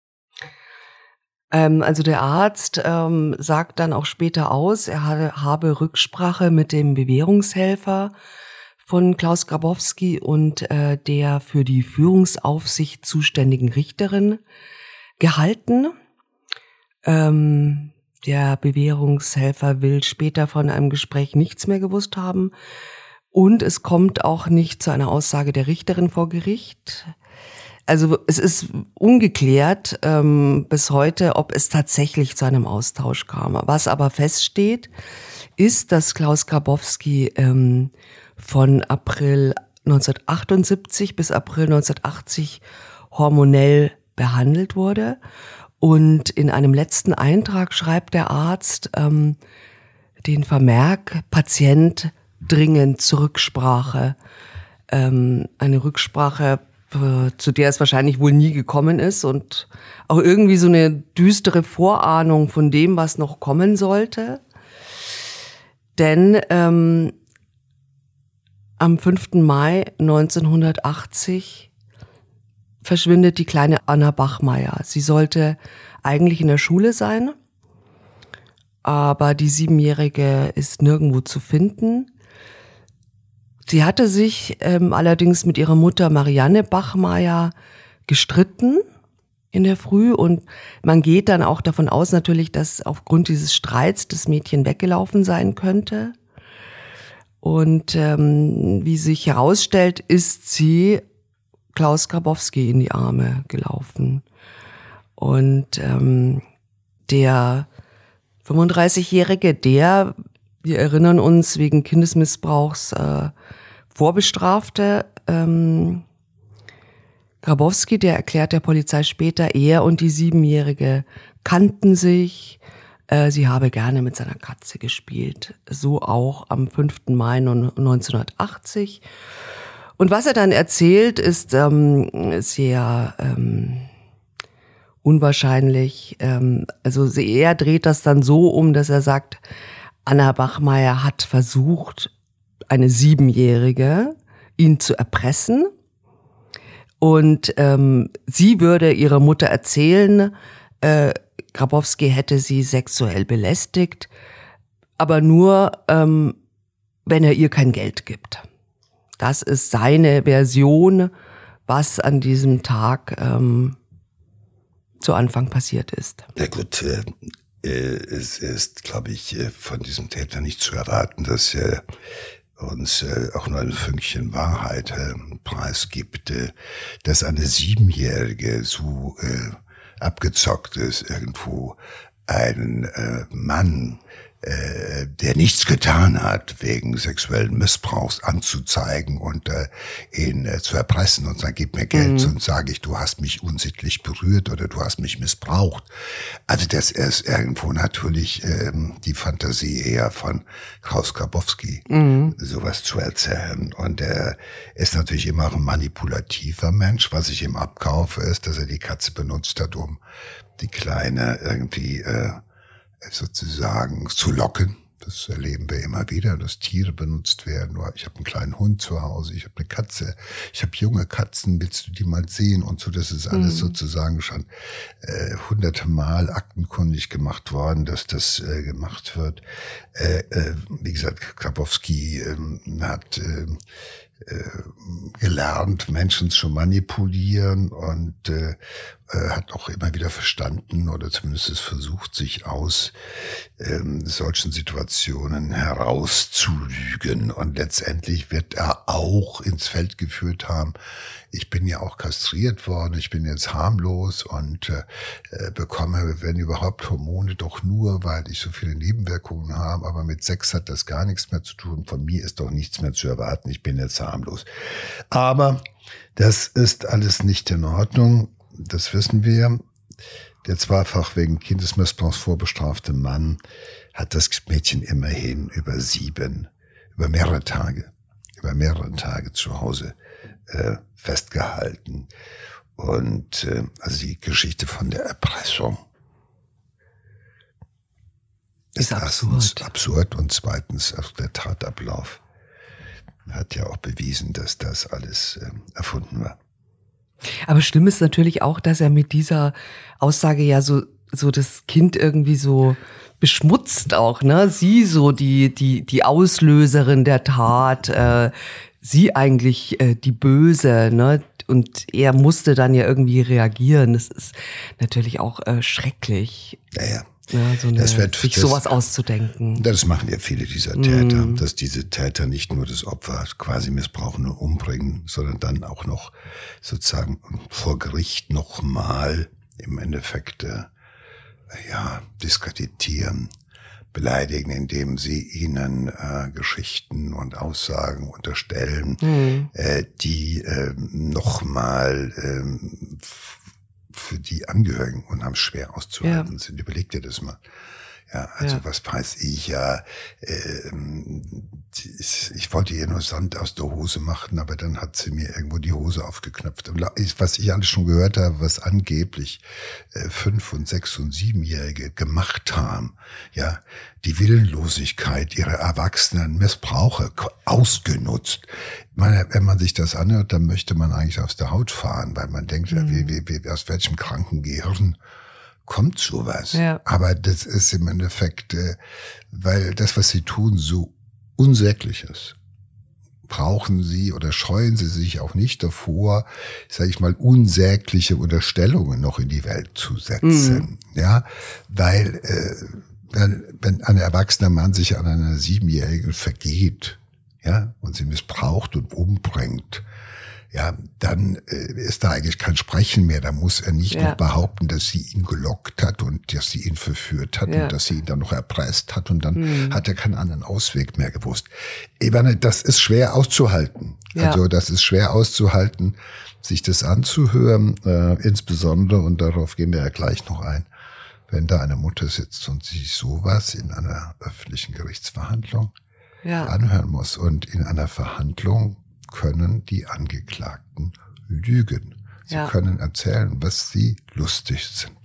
Ähm, also der Arzt ähm, sagt dann auch später aus, er habe, habe Rücksprache mit dem Bewährungshelfer von Klaus Grabowski und äh, der für die Führungsaufsicht zuständigen Richterin gehalten. Ähm, der Bewährungshelfer will später von einem Gespräch nichts mehr gewusst haben. Und es kommt auch nicht zu einer Aussage der Richterin vor Gericht. Also es ist ungeklärt ähm, bis heute, ob es tatsächlich zu einem Austausch kam. Was aber feststeht, ist, dass Klaus Grabowski ähm, von April neunzehnhundertachtundsiebzig bis April neunzehnhundertachtzig hormonell behandelt wurde. Und in einem letzten Eintrag schreibt der Arzt ähm, den Vermerk, Patient dringend zur Rücksprache. Ähm, eine Rücksprache, äh, zu der es wahrscheinlich wohl nie gekommen ist und auch irgendwie so eine düstere Vorahnung von dem, was noch kommen sollte. Denn ähm, am fünften Mai neunzehnhundertachtzig verschwindet die kleine Anna Bachmeier. Sie sollte eigentlich in der Schule sein, aber die Siebenjährige ist nirgendwo zu finden. Sie hatte sich ähm, allerdings mit ihrer Mutter Marianne Bachmeier gestritten in der Früh und man geht dann auch davon aus natürlich, dass aufgrund dieses Streits das Mädchen weggelaufen sein könnte. Und ähm, wie sich herausstellt, ist sie Klaus Grabowski in die Arme gelaufen. Und ähm, der fünfunddreißigjährige, der, wir erinnern uns, wegen Kindesmissbrauchs äh, vorbestrafte ähm, Grabowski, der erklärt der Polizei später, er und die Siebenjährige kannten sich. Äh, sie habe gerne mit seiner Katze gespielt. So auch am fünften Mai neunzehnhundertachtzig. Und was er dann erzählt, ist ähm, sehr ähm, unwahrscheinlich. Ähm, also er dreht das dann so um, dass er sagt, Anna Bachmeier hat versucht, eine Siebenjährige ihn zu erpressen. Und ähm, sie würde ihrer Mutter erzählen, äh, Grabowski hätte sie sexuell belästigt, aber nur, ähm, wenn er ihr kein Geld gibt. Das ist seine Version, was an diesem Tag ähm, zu Anfang passiert ist. Ja gut, äh, es ist, glaube ich, von diesem Täter nicht zu erwarten, dass er uns äh, auch nur ein Fünkchen Wahrheit äh, preisgibt, äh, dass eine Siebenjährige so äh, abgezockt ist, irgendwo einen äh, Mann, äh, der nichts getan hat, wegen sexuellen Missbrauchs anzuzeigen und äh, ihn äh, zu erpressen und sagen, gib mir Geld, mhm. sonst sage ich, du hast mich unsittlich berührt oder du hast mich missbraucht. Also das ist irgendwo natürlich ähm, die Fantasie eher von Klaus Grabowski, mhm. sowas zu erzählen. Und er ist natürlich immer auch ein manipulativer Mensch. Was ich ihm abkaufe, ist, dass er die Katze benutzt hat, um die Kleine irgendwie äh, sozusagen zu locken. Das erleben wir immer wieder, dass Tiere benutzt werden. Ich habe einen kleinen Hund zu Hause, ich habe eine Katze, ich habe junge Katzen, willst du die mal sehen? Und so, das ist alles mhm. sozusagen schon äh, hunderte Mal aktenkundig gemacht worden, dass das äh, gemacht wird. Äh, äh, wie gesagt, Grabowski äh, hat äh, äh, gelernt, Menschen zu manipulieren und äh, hat auch immer wieder verstanden oder zumindest es versucht, sich aus ähm, solchen Situationen herauszulügen. Und letztendlich wird er auch ins Feld geführt haben, ich bin ja auch kastriert worden, ich bin jetzt harmlos und äh, bekomme, wenn überhaupt, Hormone doch nur, weil ich so viele Nebenwirkungen habe, aber mit Sex hat das gar nichts mehr zu tun. Von mir ist doch nichts mehr zu erwarten, ich bin jetzt harmlos. Aber das ist alles nicht in Ordnung. Das wissen wir. Der zweifach wegen Kindesmissbrauchs vorbestrafte Mann hat das Mädchen immerhin über sieben, über mehrere Tage, über mehrere Tage zu Hause äh, festgehalten. Und äh, also die Geschichte von der Erpressung ist, ist erstens absurd. absurd und zweitens auch der Tatablauf hat ja auch bewiesen, dass das alles äh, erfunden war. Aber schlimm ist natürlich auch, dass er mit dieser Aussage ja so so das Kind irgendwie so beschmutzt auch, ne? Sie so die die die Auslöserin der Tat, äh, sie eigentlich äh, die Böse, ne? Und er musste dann ja irgendwie reagieren. Das ist natürlich auch äh, schrecklich. Ja, ja. Ja, so eine, das wird, sich das, sowas auszudenken. Das machen ja viele dieser Täter, mm. dass diese Täter nicht nur das Opfer quasi missbrauchen und umbringen, sondern dann auch noch sozusagen vor Gericht nochmal im Endeffekt äh, ja diskreditieren, beleidigen, indem sie ihnen äh, Geschichten und Aussagen unterstellen, mm. äh, die äh, nochmal äh, für die Angehörigen unheimlich schwer auszuhalten ja. sind. Überleg dir das mal. Ja, also ja. was weiß ich, ja, äh, ich wollte ihr nur Sand aus der Hose machen, aber dann hat sie mir irgendwo die Hose aufgeknöpft. Was ich alles schon gehört habe, was angeblich äh, fünf- und sechs- und siebenjährige gemacht haben, ja, die Willenlosigkeit ihrer erwachsenen Missbraucher ausgenutzt. Ich meine, wenn man sich das anhört, dann möchte man eigentlich aus der Haut fahren, weil man denkt, mhm. wie, wie, wie, aus welchem kranken Gehirn kommt sowas. Ja. Aber das ist im Endeffekt, äh, weil das, was sie tun, so unsäglich ist, brauchen sie oder scheuen sie sich auch nicht davor, sage ich mal, unsägliche Unterstellungen noch in die Welt zu setzen. Mhm. Ja, weil äh, wenn, wenn ein erwachsener Mann sich an einer Siebenjährigen vergeht, ja, und sie missbraucht und umbringt, ja, dann äh, ist da eigentlich kein Sprechen mehr. Da muss er nicht ja. noch behaupten, dass sie ihn gelockt hat und dass sie ihn verführt hat ja. und dass sie ihn dann noch erpresst hat und dann mhm. hat er keinen anderen Ausweg mehr gewusst. Ich meine, das ist schwer auszuhalten. Ja. Also das ist schwer auszuhalten, sich das anzuhören, äh, insbesondere, und darauf gehen wir ja gleich noch ein, wenn da eine Mutter sitzt und sich sowas in einer öffentlichen Gerichtsverhandlung ja. anhören muss. Und in einer Verhandlung können die Angeklagten lügen. Sie ja. können erzählen, was sie lustig sind.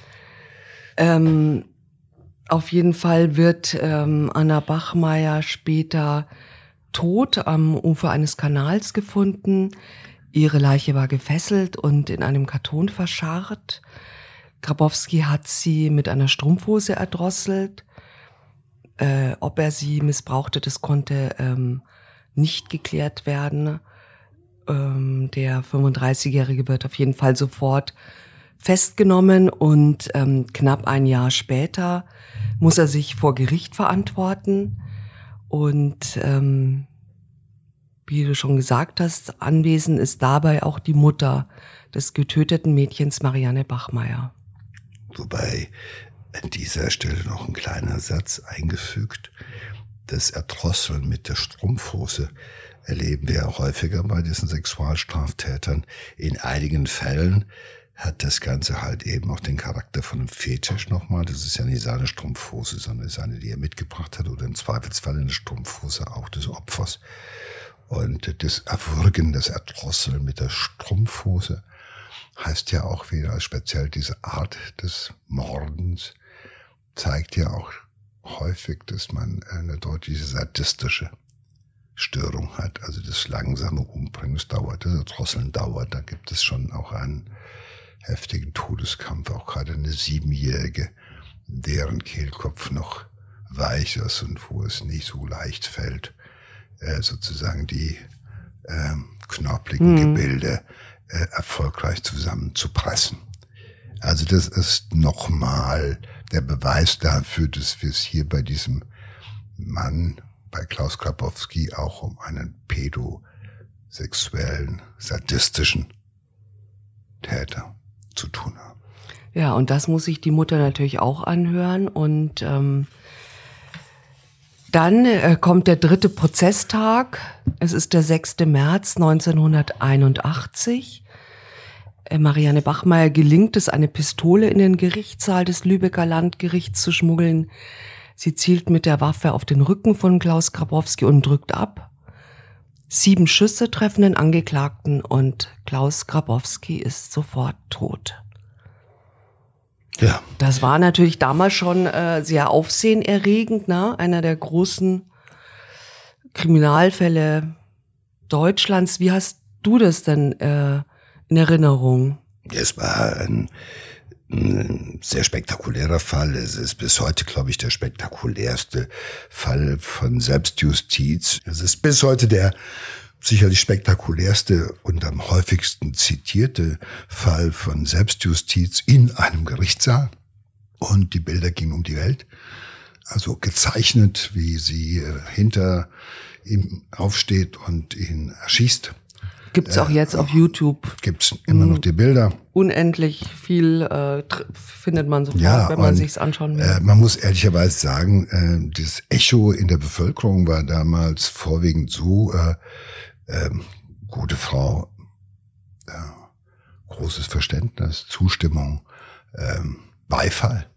Ähm, auf jeden Fall wird ähm, Anna Bachmeier später tot am Ufer eines Kanals gefunden. Ihre Leiche war gefesselt und in einem Karton verscharrt. Grabowski hat sie mit einer Strumpfhose erdrosselt. Äh, ob er sie missbrauchte, das konnte ähm, nicht geklärt werden. Ähm, der fünfunddreißigjährige wird auf jeden Fall sofort festgenommen und ähm, knapp ein Jahr später muss er sich vor Gericht verantworten. Und ähm, wie du schon gesagt hast, anwesend ist dabei auch die Mutter des getöteten Mädchens Marianne Bachmeier. Wobei an dieser Stelle noch ein kleiner Satz eingefügt. Das Erdrosseln mit der Strumpfhose erleben wir ja häufiger bei diesen Sexualstraftätern. In einigen Fällen hat das Ganze halt eben auch den Charakter von einem Fetisch nochmal. Das ist ja nicht seine Strumpfhose, sondern ist eine, die er mitgebracht hat, oder im Zweifelsfall eine Strumpfhose auch des Opfers. Und das Erwürgen, das Erdrosseln mit der Strumpfhose heißt ja auch wieder, speziell diese Art des Mordens zeigt ja auch häufig, dass man eine deutliche sadistische Störung hat. Also das langsame Umbringen, das dauert, das Erdrosseln dauert. Da gibt es schon auch einen heftigen Todeskampf, auch gerade eine Siebenjährige, deren Kehlkopf noch weich ist und wo es nicht so leicht fällt, äh, sozusagen die äh, knorpeligen mhm. Gebilde äh, erfolgreich zusammenzupressen. Also das ist nochmal der Beweis dafür, dass wir es hier bei diesem Mann, bei Klaus Grabowski, auch um einen pädosexuellen, sadistischen Täter zu tun haben. Ja, und das muss sich die Mutter natürlich auch anhören. Und ähm, dann äh, kommt der dritte Prozesstag. Es ist der sechste März neunzehnhunderteinundachtzig. Äh, Marianne Bachmeier gelingt es, eine Pistole in den Gerichtssaal des Lübecker Landgerichts zu schmuggeln. Sie zielt mit der Waffe auf den Rücken von Klaus Grabowski und drückt ab. Sieben Schüsse treffen den Angeklagten und Klaus Grabowski ist sofort tot. Ja. Das war natürlich damals schon äh, sehr aufsehenerregend, ne? Einer der großen Kriminalfälle Deutschlands. Wie hast du das denn äh, in Erinnerung? Es war ein, ein sehr spektakulärer Fall. Es ist bis heute, glaube ich, der spektakulärste Fall von Selbstjustiz. Es ist bis heute der sicherlich spektakulärste und am häufigsten zitierte Fall von Selbstjustiz in einem Gerichtssaal. Und die Bilder gingen um die Welt. Also gezeichnet, wie sie hinter ihm aufsteht und ihn erschießt. Gibt's auch jetzt äh, auf YouTube. Gibt's immer noch die Bilder. Unendlich viel äh, findet man sofort, ja, wenn man und, sich's anschauen will. Äh, man muss ehrlicherweise sagen, äh, das Echo in der Bevölkerung war damals vorwiegend so, äh, ähm, gute Frau, ja, großes Verständnis, Zustimmung, ähm, Beifall.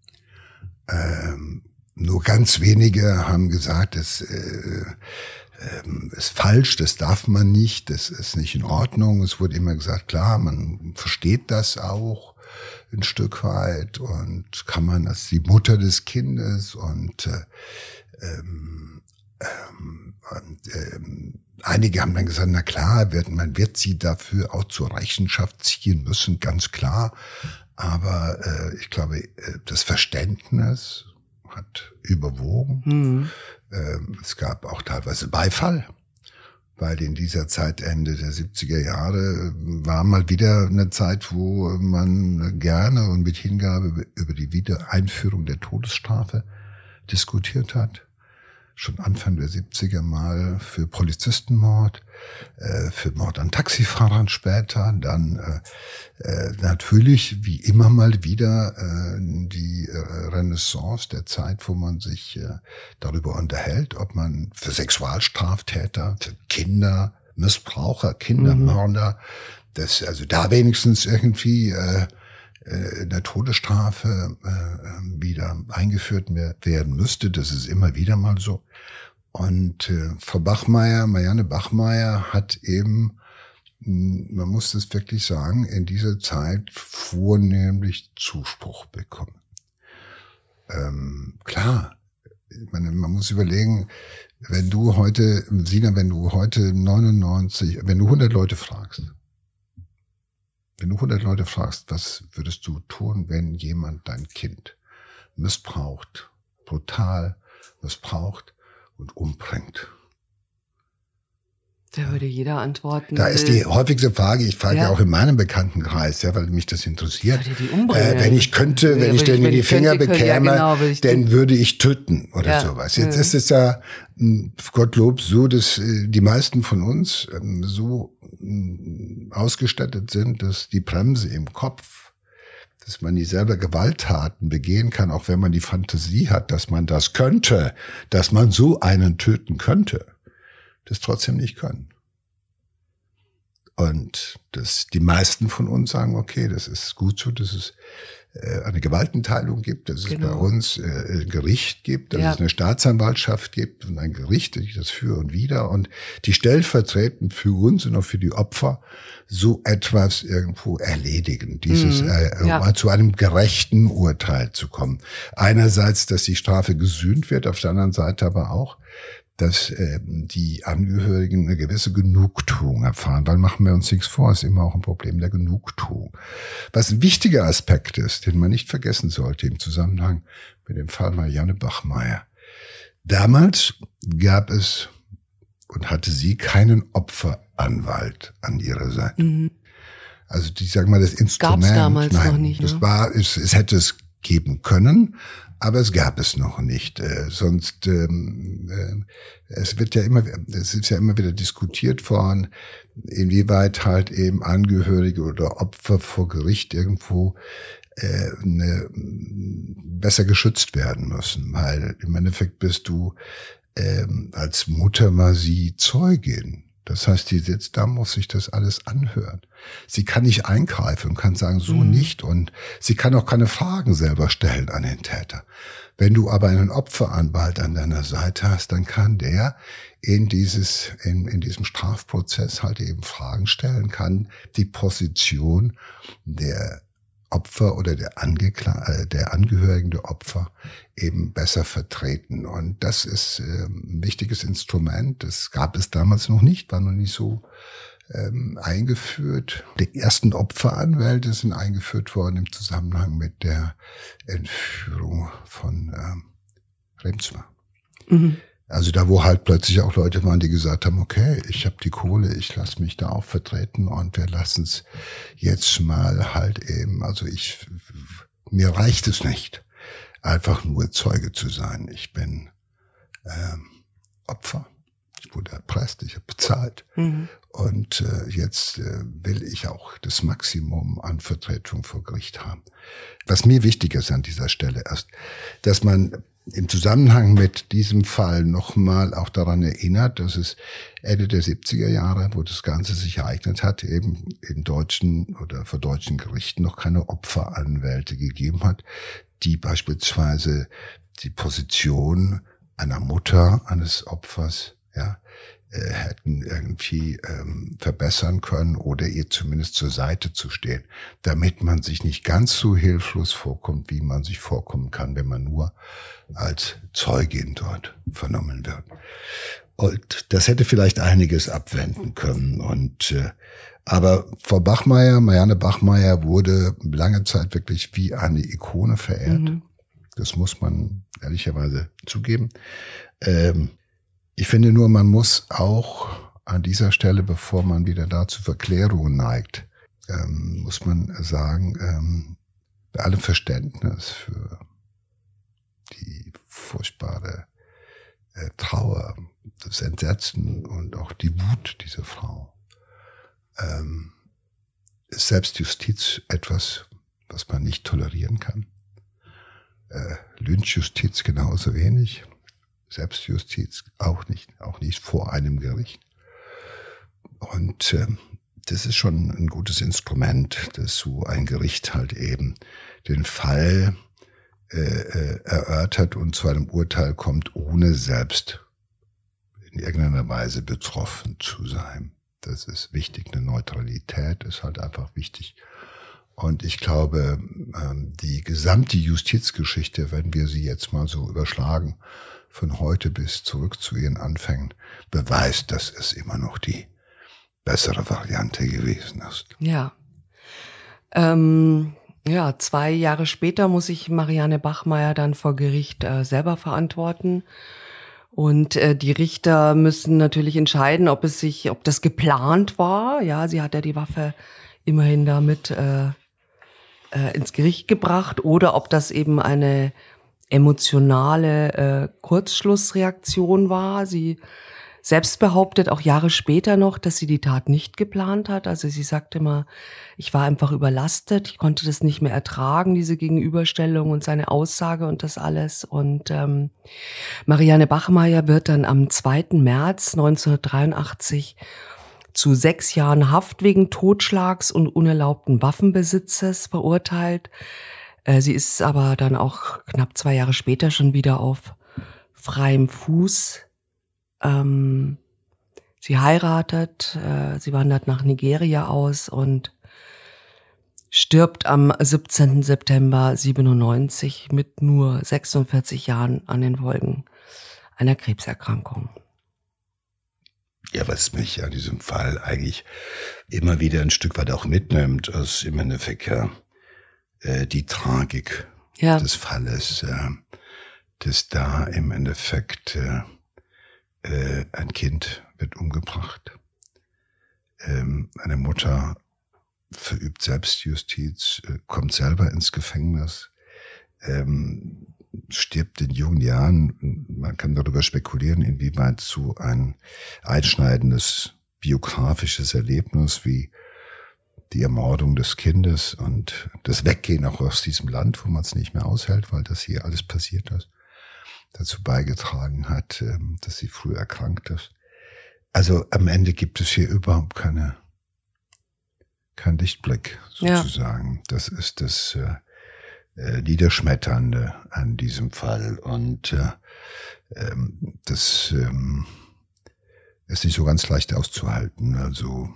Ähm, nur ganz wenige haben gesagt, es äh, ähm, ist falsch, das darf man nicht, das ist nicht in Ordnung. Es wurde immer gesagt, klar, man versteht das auch ein Stück weit und kann man als die Mutter des Kindes und äh, ähm, ähm, und, ähm, einige haben dann gesagt, na klar, wird, man wird sie dafür auch zur Rechenschaft ziehen müssen, ganz klar. Aber äh, ich glaube, äh, das Verständnis hat überwogen. Mhm. Ähm, es gab auch teilweise Beifall, weil in dieser Zeit, Ende der siebziger Jahre, war mal wieder eine Zeit, wo man gerne und mit Hingabe über die Wiedereinführung der Todesstrafe diskutiert hat. schon Anfang der siebziger mal für Polizistenmord, äh, für Mord an Taxifahrern später, dann äh, äh, natürlich wie immer mal wieder äh, die äh, Renaissance der Zeit, wo man sich äh, darüber unterhält, ob man für Sexualstraftäter, für Kinder, Missbraucher, Kindermörder, mhm. das also da wenigstens irgendwie äh, eine Todesstrafe äh, wieder eingeführt werden müsste. Das ist immer wieder mal so. Und äh, Frau Bachmeier, Marianne Bachmeier hat eben, man muss das wirklich sagen, in dieser Zeit vornehmlich Zuspruch bekommen. Ähm, klar, ich meine, man muss überlegen, wenn du heute, Sina, wenn du heute neunundneunzig, wenn du hundert Leute fragst, Wenn du hundert Leute fragst, was würdest du tun, wenn jemand dein Kind missbraucht, brutal missbraucht und umbringt? Da würde jeder antworten. Da ist die häufigste Frage, ich frage ja, ja auch in meinem Bekanntenkreis, ja, weil mich das interessiert. Würde die umbringen? Äh, wenn ich könnte, wenn ja, ich denn in die Finger könnte, bekäme, ja, genau, ich dann würde ich töten oder ja, sowas. Jetzt ja. ist es ja, Gottlob, so, dass die meisten von uns so ausgestattet sind, dass die Bremse im Kopf, dass man nicht selber Gewalttaten begehen kann, auch wenn man die Fantasie hat, dass man das könnte, dass man so einen töten könnte, das trotzdem nicht können. Und dass die meisten von uns sagen, okay, das ist gut so, dass es äh, eine Gewaltenteilung gibt, dass genau. es bei uns äh, ein Gericht gibt, dass ja. es eine Staatsanwaltschaft gibt und ein Gericht, die das für und wider und die stellvertretend für uns und auch für die Opfer so etwas irgendwo erledigen, dieses mhm. äh, ja. mal zu einem gerechten Urteil zu kommen. Einerseits, dass die Strafe gesühnt wird, auf der anderen Seite aber auch, dass äh, die Angehörigen eine gewisse Genugtuung erfahren, weil machen wir uns nichts vor, ist immer auch ein Problem der Genugtuung. Was ein wichtiger Aspekt ist, den man nicht vergessen sollte im Zusammenhang mit dem Fall Marianne Bachmeier. Damals gab es und hatte sie keinen Opferanwalt an ihrer Seite. Mhm. Also die, sagen wir mal, das Instrument. Gab's damals nein, noch nicht. Das ne? war, es, es hätte es geben können. Aber es gab es noch nicht. Äh, sonst, ähm, äh, es wird ja immer, es ist ja immer wieder diskutiert worden, inwieweit halt eben Angehörige oder Opfer vor Gericht irgendwo äh, ne, besser geschützt werden müssen. Weil im Endeffekt bist du ähm, als Mutter war sie Zeugin. Das heißt, die sitzt da, muss sich das alles anhören. Sie kann nicht eingreifen und kann sagen, so mhm. nicht. Und sie kann auch keine Fragen selber stellen an den Täter. Wenn du aber einen Opferanwalt an deiner Seite hast, dann kann der in dieses, in, in diesem Strafprozess halt eben Fragen stellen, kann die Position der Opfer oder der, Angekla- der Angehörigen der Opfer eben besser vertreten. Und das ist äh, ein wichtiges Instrument. Das gab es damals noch nicht, war noch nicht so ähm, eingeführt. Die ersten Opferanwälte sind eingeführt worden im Zusammenhang mit der Entführung von ähm, Remsmar. Mhm. Also da, wo halt plötzlich auch Leute waren, die gesagt haben, okay, ich habe die Kohle, ich lasse mich da auch vertreten und wir lassen es jetzt mal halt eben, also ich, mir reicht es nicht, einfach nur Zeuge zu sein. Ich bin ähm, Opfer, ich wurde erpresst, ich habe bezahlt mhm. und äh, jetzt äh, will ich auch das Maximum an Vertretung vor Gericht haben. Was mir wichtig ist an dieser Stelle erst, dass man im Zusammenhang mit diesem Fall nochmal auch daran erinnert, dass es Ende der siebziger Jahre, wo das Ganze sich ereignet hat, eben in deutschen oder vor deutschen Gerichten noch keine Opferanwälte gegeben hat, die beispielsweise die Position einer Mutter eines Opfers, ja, äh, hätten irgendwie ähm, verbessern können oder ihr zumindest zur Seite zu stehen, damit man sich nicht ganz so hilflos vorkommt, wie man sich vorkommen kann, wenn man nur als Zeugin dort vernommen wird. Und das hätte vielleicht einiges abwenden können. Und äh, aber Frau Bachmeier, Marianne Bachmeier, wurde lange Zeit wirklich wie eine Ikone verehrt. Mhm. Das muss man ehrlicherweise zugeben. Ähm, ich finde nur, man muss auch an dieser Stelle, bevor man wieder da zu Verklärungen neigt, ähm, muss man sagen, ähm, bei allem Verständnis für die furchtbare äh, Trauer, das Entsetzen und auch die Wut dieser Frau. Ähm, ist Selbstjustiz etwas, was man nicht tolerieren kann? Äh, Lynchjustiz genauso wenig. Selbstjustiz auch nicht, auch nicht vor einem Gericht. Und äh, das ist schon ein gutes Instrument, dass so ein Gericht halt eben den Fall äh, äh, erörtert und zu einem Urteil kommt, ohne selbst in irgendeiner Weise betroffen zu sein. Das ist wichtig. Eine Neutralität ist halt einfach wichtig. Und ich glaube, ähm, die gesamte Justizgeschichte, wenn wir sie jetzt mal so überschlagen, von heute bis zurück zu ihren Anfängen, beweist, dass es immer noch die bessere Variante gewesen ist. Ja. Ähm, ja, zwei Jahre später muss sich Marianne Bachmeier dann vor Gericht äh, selber verantworten. Und äh, die Richter müssen natürlich entscheiden, ob es sich, ob das geplant war. Ja, sie hat ja die Waffe immerhin damit äh, äh, ins Gericht gebracht, oder ob das eben eine emotionale äh, Kurzschlussreaktion war. Sie selbst behauptet auch Jahre später noch, dass sie die Tat nicht geplant hat. Also sie sagte immer, ich war einfach überlastet, ich konnte das nicht mehr ertragen, diese Gegenüberstellung und seine Aussage und das alles. Und ähm, Marianne Bachmeier wird dann am zweiten März neunzehnhundertdreiundachtzig zu sechs Jahren Haft wegen Totschlags und unerlaubten Waffenbesitzes verurteilt. Äh, sie ist aber dann auch knapp zwei Jahre später schon wieder auf freiem Fuß. Ähm, sie heiratet, äh, sie wandert nach Nigeria aus und stirbt am siebzehnten September siebenundneunzig mit nur sechsundvierzig Jahren an den Folgen einer Krebserkrankung. Ja, was mich an diesem Fall eigentlich immer wieder ein Stück weit auch mitnimmt, ist im Endeffekt ja äh, die Tragik ja. des Falles, äh, dass da im Endeffekt äh, äh, ein Kind wird umgebracht, ähm, eine Mutter verübt Selbstjustiz, äh, kommt selber ins Gefängnis, ähm, stirbt in jungen Jahren. Man kann darüber spekulieren, inwieweit so ein einschneidendes biografisches Erlebnis wie die Ermordung des Kindes und das Weggehen auch aus diesem Land, wo man es nicht mehr aushält, weil das hier alles passiert ist, dazu beigetragen hat, dass sie früh erkrankt ist. Also am Ende gibt es hier überhaupt keine, kein Lichtblick sozusagen. Ja. Das ist das äh, äh, Niederschmetternde an diesem Fall. Und äh, ähm, das ähm, ist nicht so ganz leicht auszuhalten. Also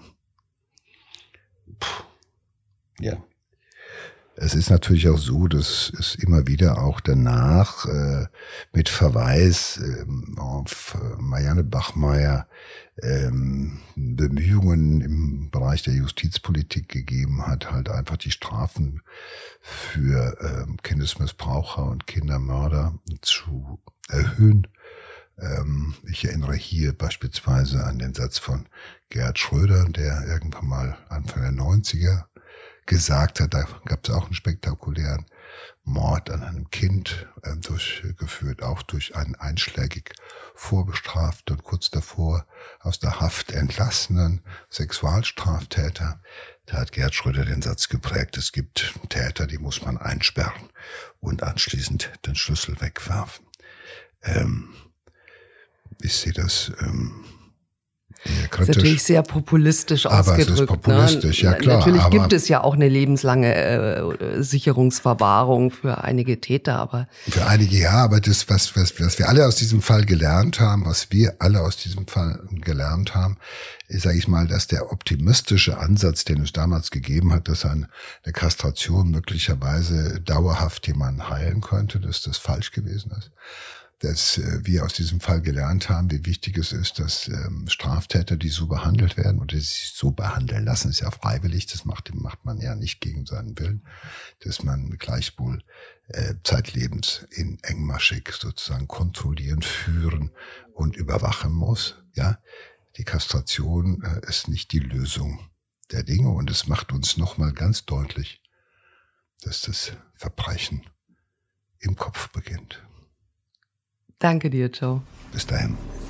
pff, ja. Es ist natürlich auch so, dass es immer wieder auch danach äh, mit Verweis ähm, auf äh, Marianne Bachmeier ähm, Bemühungen im Bereich der Justizpolitik gegeben hat, halt einfach die Strafen für ähm, Kindesmissbraucher und Kindermörder zu erhöhen. Ähm, ich erinnere hier beispielsweise an den Satz von Gerhard Schröder, der irgendwann mal Anfang der neunziger gesagt hat, da gab es auch einen spektakulären Mord an einem Kind, äh, durchgeführt, auch durch einen einschlägig vorbestraften und kurz davor aus der Haft entlassenen Sexualstraftäter. Da hat Gerhard Schröder den Satz geprägt, es gibt Täter, die muss man einsperren und anschließend den Schlüssel wegwerfen. Ähm, ich sehe das ähm, eher kritisch. Das ist natürlich sehr populistisch aber ausgedrückt. Aber es ist populistisch, ne? ja klar. Natürlich aber gibt es ja auch eine lebenslange äh, Sicherungsverwahrung für einige Täter, aber für einige ja, aber das, was, was, was wir alle aus diesem Fall gelernt haben, was wir alle aus diesem Fall gelernt haben, ist, sage ich mal, dass der optimistische Ansatz, den es damals gegeben hat, dass eine Kastration möglicherweise dauerhaft jemanden heilen könnte, dass das falsch gewesen ist. Dass wir aus diesem Fall gelernt haben, wie wichtig es ist, dass ähm, Straftäter, die so behandelt werden oder die sich so behandeln lassen, ist ja freiwillig, das macht, macht man ja nicht gegen seinen Willen, dass man gleichwohl äh, zeitlebens in engmaschig sozusagen kontrollieren, führen und überwachen muss. Ja, die Kastration äh, ist nicht die Lösung der Dinge und es macht uns nochmal ganz deutlich, dass das Verbrechen im Kopf beginnt. Danke dir, Joe. Bis dahin.